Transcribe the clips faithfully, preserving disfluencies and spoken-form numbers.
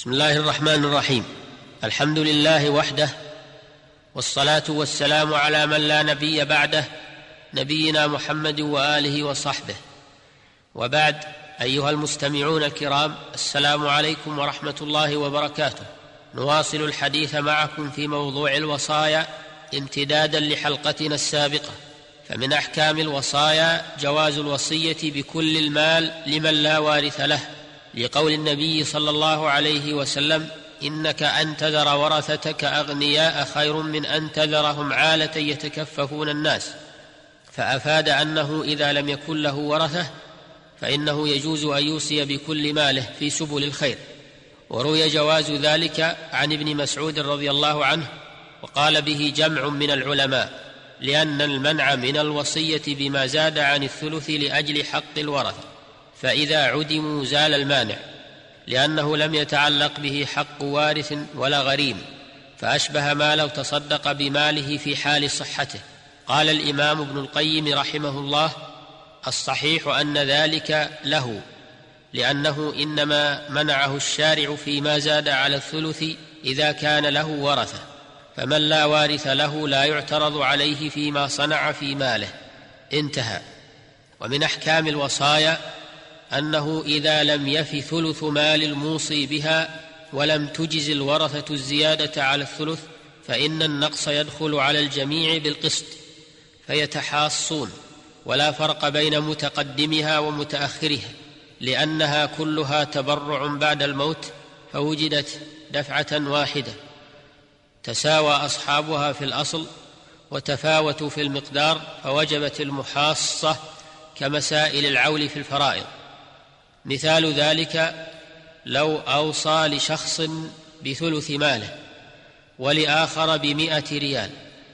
بسم الله الرحمن الرحيم. الحمد لله وحده، والصلاة والسلام على من لا نبي بعده، نبينا محمد وآله وصحبه، وبعد. أيها المستمعون الكرام، السلام عليكم ورحمة الله وبركاته. نواصل الحديث معكم في موضوع الوصايا امتدادا لحلقتنا السابقة. فمن أحكام الوصايا جواز الوصية بكل المال لمن لا وارث له، لقول النبي صلى الله عليه وسلم: إنك أن تذر ورثتك أغنياء خير من أن تذرهم عالة يتكففون الناس، فأفاد أنه إذا لم يكن له ورثة فإنه يجوز أن يوصي بكل ماله في سبل الخير. وروي جواز ذلك عن ابن مسعود رضي الله عنه، وقال به جمع من العلماء، لأن المنع من الوصية بما زاد عن الثلث لأجل حق الورثة، فإذا عدموا زال المانع، لأنه لم يتعلق به حق وارث ولا غريم، فأشبه ما لو تصدق بماله في حال صحته. قال الإمام ابن القيم رحمه الله: الصحيح أن ذلك له، لأنه إنما منعه الشارع فيما زاد على الثلث إذا كان له ورثة، فمن لا وارث له لا يعترض عليه فيما صنع في ماله. انتهى. ومن أحكام الوصايا أنه إذا لم يف ثلث مال الموصي بها ولم تجز الورثة الزيادة على الثلث فإن النقص يدخل على الجميع بالقسط، فيتحاصون، ولا فرق بين متقدمها ومتأخرها، لأنها كلها تبرع بعد الموت، فوجدت دفعة واحدة تساوى أصحابها في الأصل وتفاوتوا في المقدار، فوجبت المحاصة كمسائل العول في الفرائض. مثال ذلك: لو أوصى لشخص بثلث ماله، ولآخر بمائة ريال،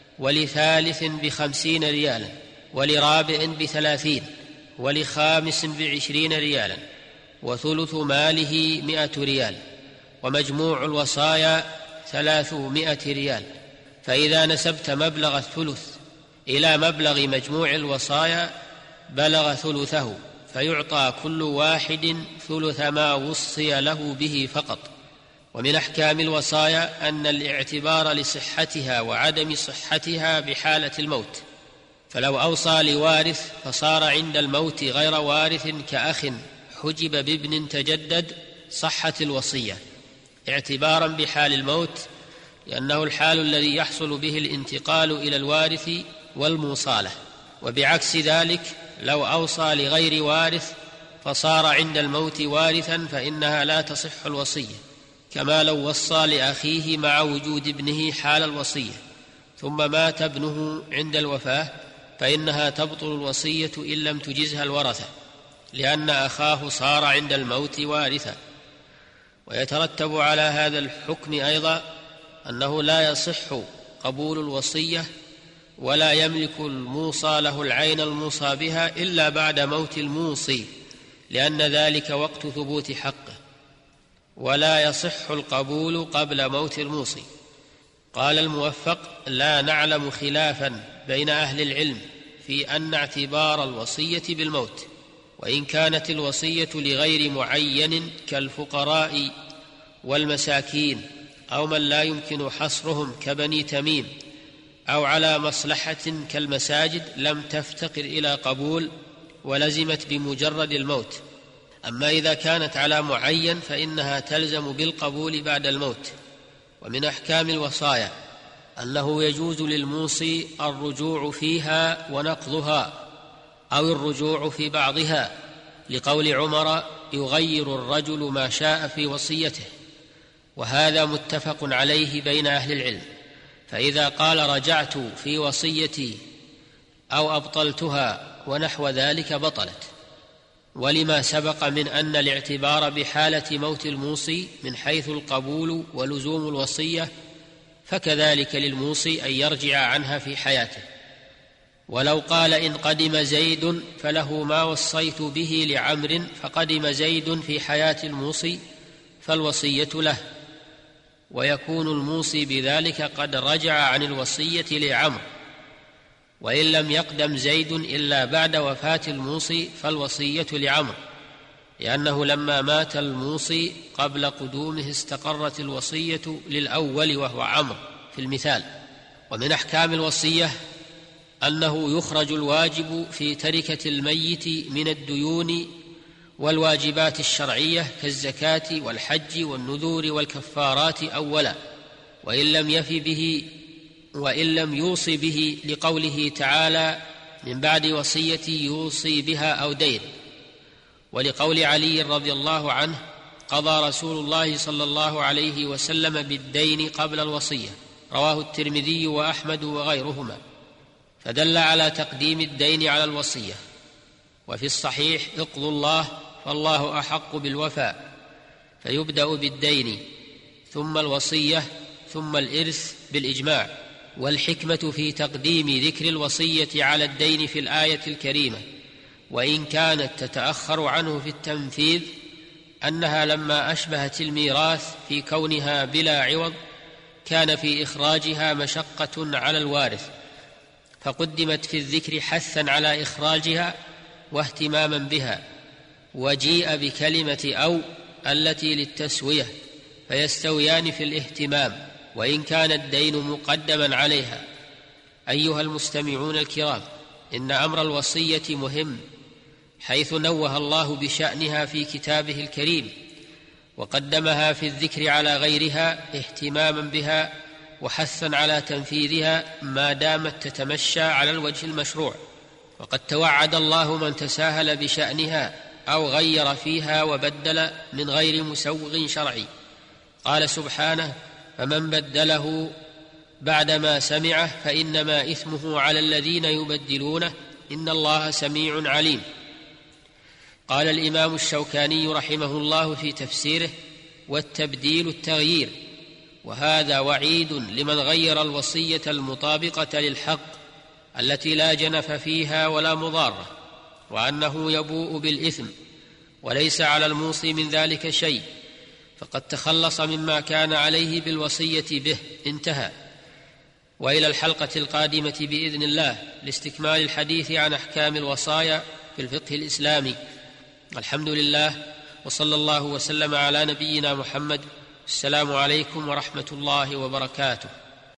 ولثالث بخمسين ريالا، ولرابع بثلاثين، ولخامس بعشرين ريالا، وثلث ماله مائة ريال، ومجموع الوصايا ثلاثمائة ريال، فإذا نسبت مبلغ الثلث إلى مبلغ مجموع الوصايا بلغ ثلثه، فيعطى كل واحد ثلث ما وصي له به فقط. ومن أحكام الوصايا أن الاعتبار لصحتها وعدم صحتها بحالة الموت، فلو أوصى لوارث فصار عند الموت غير وارث كأخ حجب بابن تجدد صحت الوصية اعتبارا بحال الموت، لأنه الحال الذي يحصل به الانتقال إلى الوارث والموصالة. وبعكس ذلك لو أوصى لغير وارث فصار عند الموت وارثا فإنها لا تصح الوصية، كما لو وصى لأخيه مع وجود ابنه حال الوصية ثم مات ابنه عند الوفاة، فإنها تبطل الوصية إن لم تجزها الورثة، لأن أخاه صار عند الموت وارثا. ويترتب على هذا الحكم أيضا أنه لا يصح قبول الوصية ولا يملك الموصى له العين الموصى بها إلا بعد موت الموصي، لأن ذلك وقت ثبوت حقه، ولا يصح القبول قبل موت الموصي. قال الموفق: لا نعلم خلافا بين أهل العلم في أن اعتبار الوصية بالموت، وإن كانت الوصية لغير معين كالفقراء والمساكين أو من لا يمكن حصرهم كبني تميم، أو على مصلحة كالمساجد، لم تفتقر إلى قبول ولزمت بمجرد الموت. أما إذا كانت على معين فإنها تلزم بالقبول بعد الموت. ومن أحكام الوصايا أنه يجوز للموصي الرجوع فيها ونقضها، أو الرجوع في بعضها، لقول عمر: يغير الرجل ما شاء في وصيته، وهذا متفق عليه بين أهل العلم. فإذا قال: رجعت في وصيتي أو أبطلتها ونحو ذلك بطلت، ولما سبق من أن الاعتبار بحالة موت الموصي من حيث القبول ولزوم الوصية، فكذلك للموصي أن يرجع عنها في حياته. ولو قال: إن قدم زيد فله ما وصيت به لعمر، فقدم زيد في حياة الموصي، فالوصية له، ويكون الموصي بذلك قد رجع عن الوصية لعمر. وإن لم يقدم زيد إلا بعد وفاة الموصي فالوصية لعمر، لأنه لما مات الموصي قبل قدومه استقرت الوصية للأول وهو عمرو في المثال. ومن أحكام الوصية أنه يخرج الواجب في تركة الميت من الديون والواجبات الشرعية كالزكاة والحج والنذور والكفارات أولا، وإن لم يف به وإن لم يوصي به، لقوله تعالى: من بعد وصية يوصي بها أو دين، ولقول علي رضي الله عنه: قضى رسول الله صلى الله عليه وسلم بالدين قبل الوصية، رواه الترمذي وأحمد وغيرهما، فدل على تقديم الدين على الوصية. وفي الصحيح: اقضوا الله فالله أحق بالوفاء، فيبدأ بالدين ثم الوصية ثم الإرث بالإجماع. والحكمة في تقديم ذكر الوصية على الدين في الآية الكريمة، وإن كانت تتأخر عنه في التنفيذ، أنها لما أشبهت الميراث في كونها بلا عوض كان في إخراجها مشقة على الوارث، فقدمت في الذكر حثا على إخراجها واهتماما بها، وجيء بكلمة أو التي للتسوية، فيستويان في الاهتمام وإن كان الدين مقدما عليها. أيها المستمعون الكرام، إن أمر الوصية مهم، حيث نوه الله بشأنها في كتابه الكريم، وقدمها في الذكر على غيرها اهتماما بها وحثا على تنفيذها ما دامت تتمشى على الوجه المشروع. وقد توعد الله من تساهل بشأنها أو غير فيها وبدل من غير مسوغ شرعي. قال سبحانه: فمن بدله بعدما سمعه فإنما إثمه على الذين يبدلونه إن الله سميع عليم. قال الإمام الشوكاني رحمه الله في تفسيره: والتبديل التغيير، وهذا وعيد لمن غير الوصية المطابقة للحق التي لا جنف فيها ولا مضارة، وأنه يبوء بالإثم، وليس على الموصي من ذلك شيء، فقد تخلص مما كان عليه بالوصية به. انتهى. وإلى الحلقة القادمة بإذن الله لاستكمال الحديث عن أحكام الوصايا في الفقه الإسلامي. الحمد لله، وصلى الله وسلم على نبينا محمد. السلام عليكم ورحمة الله وبركاته.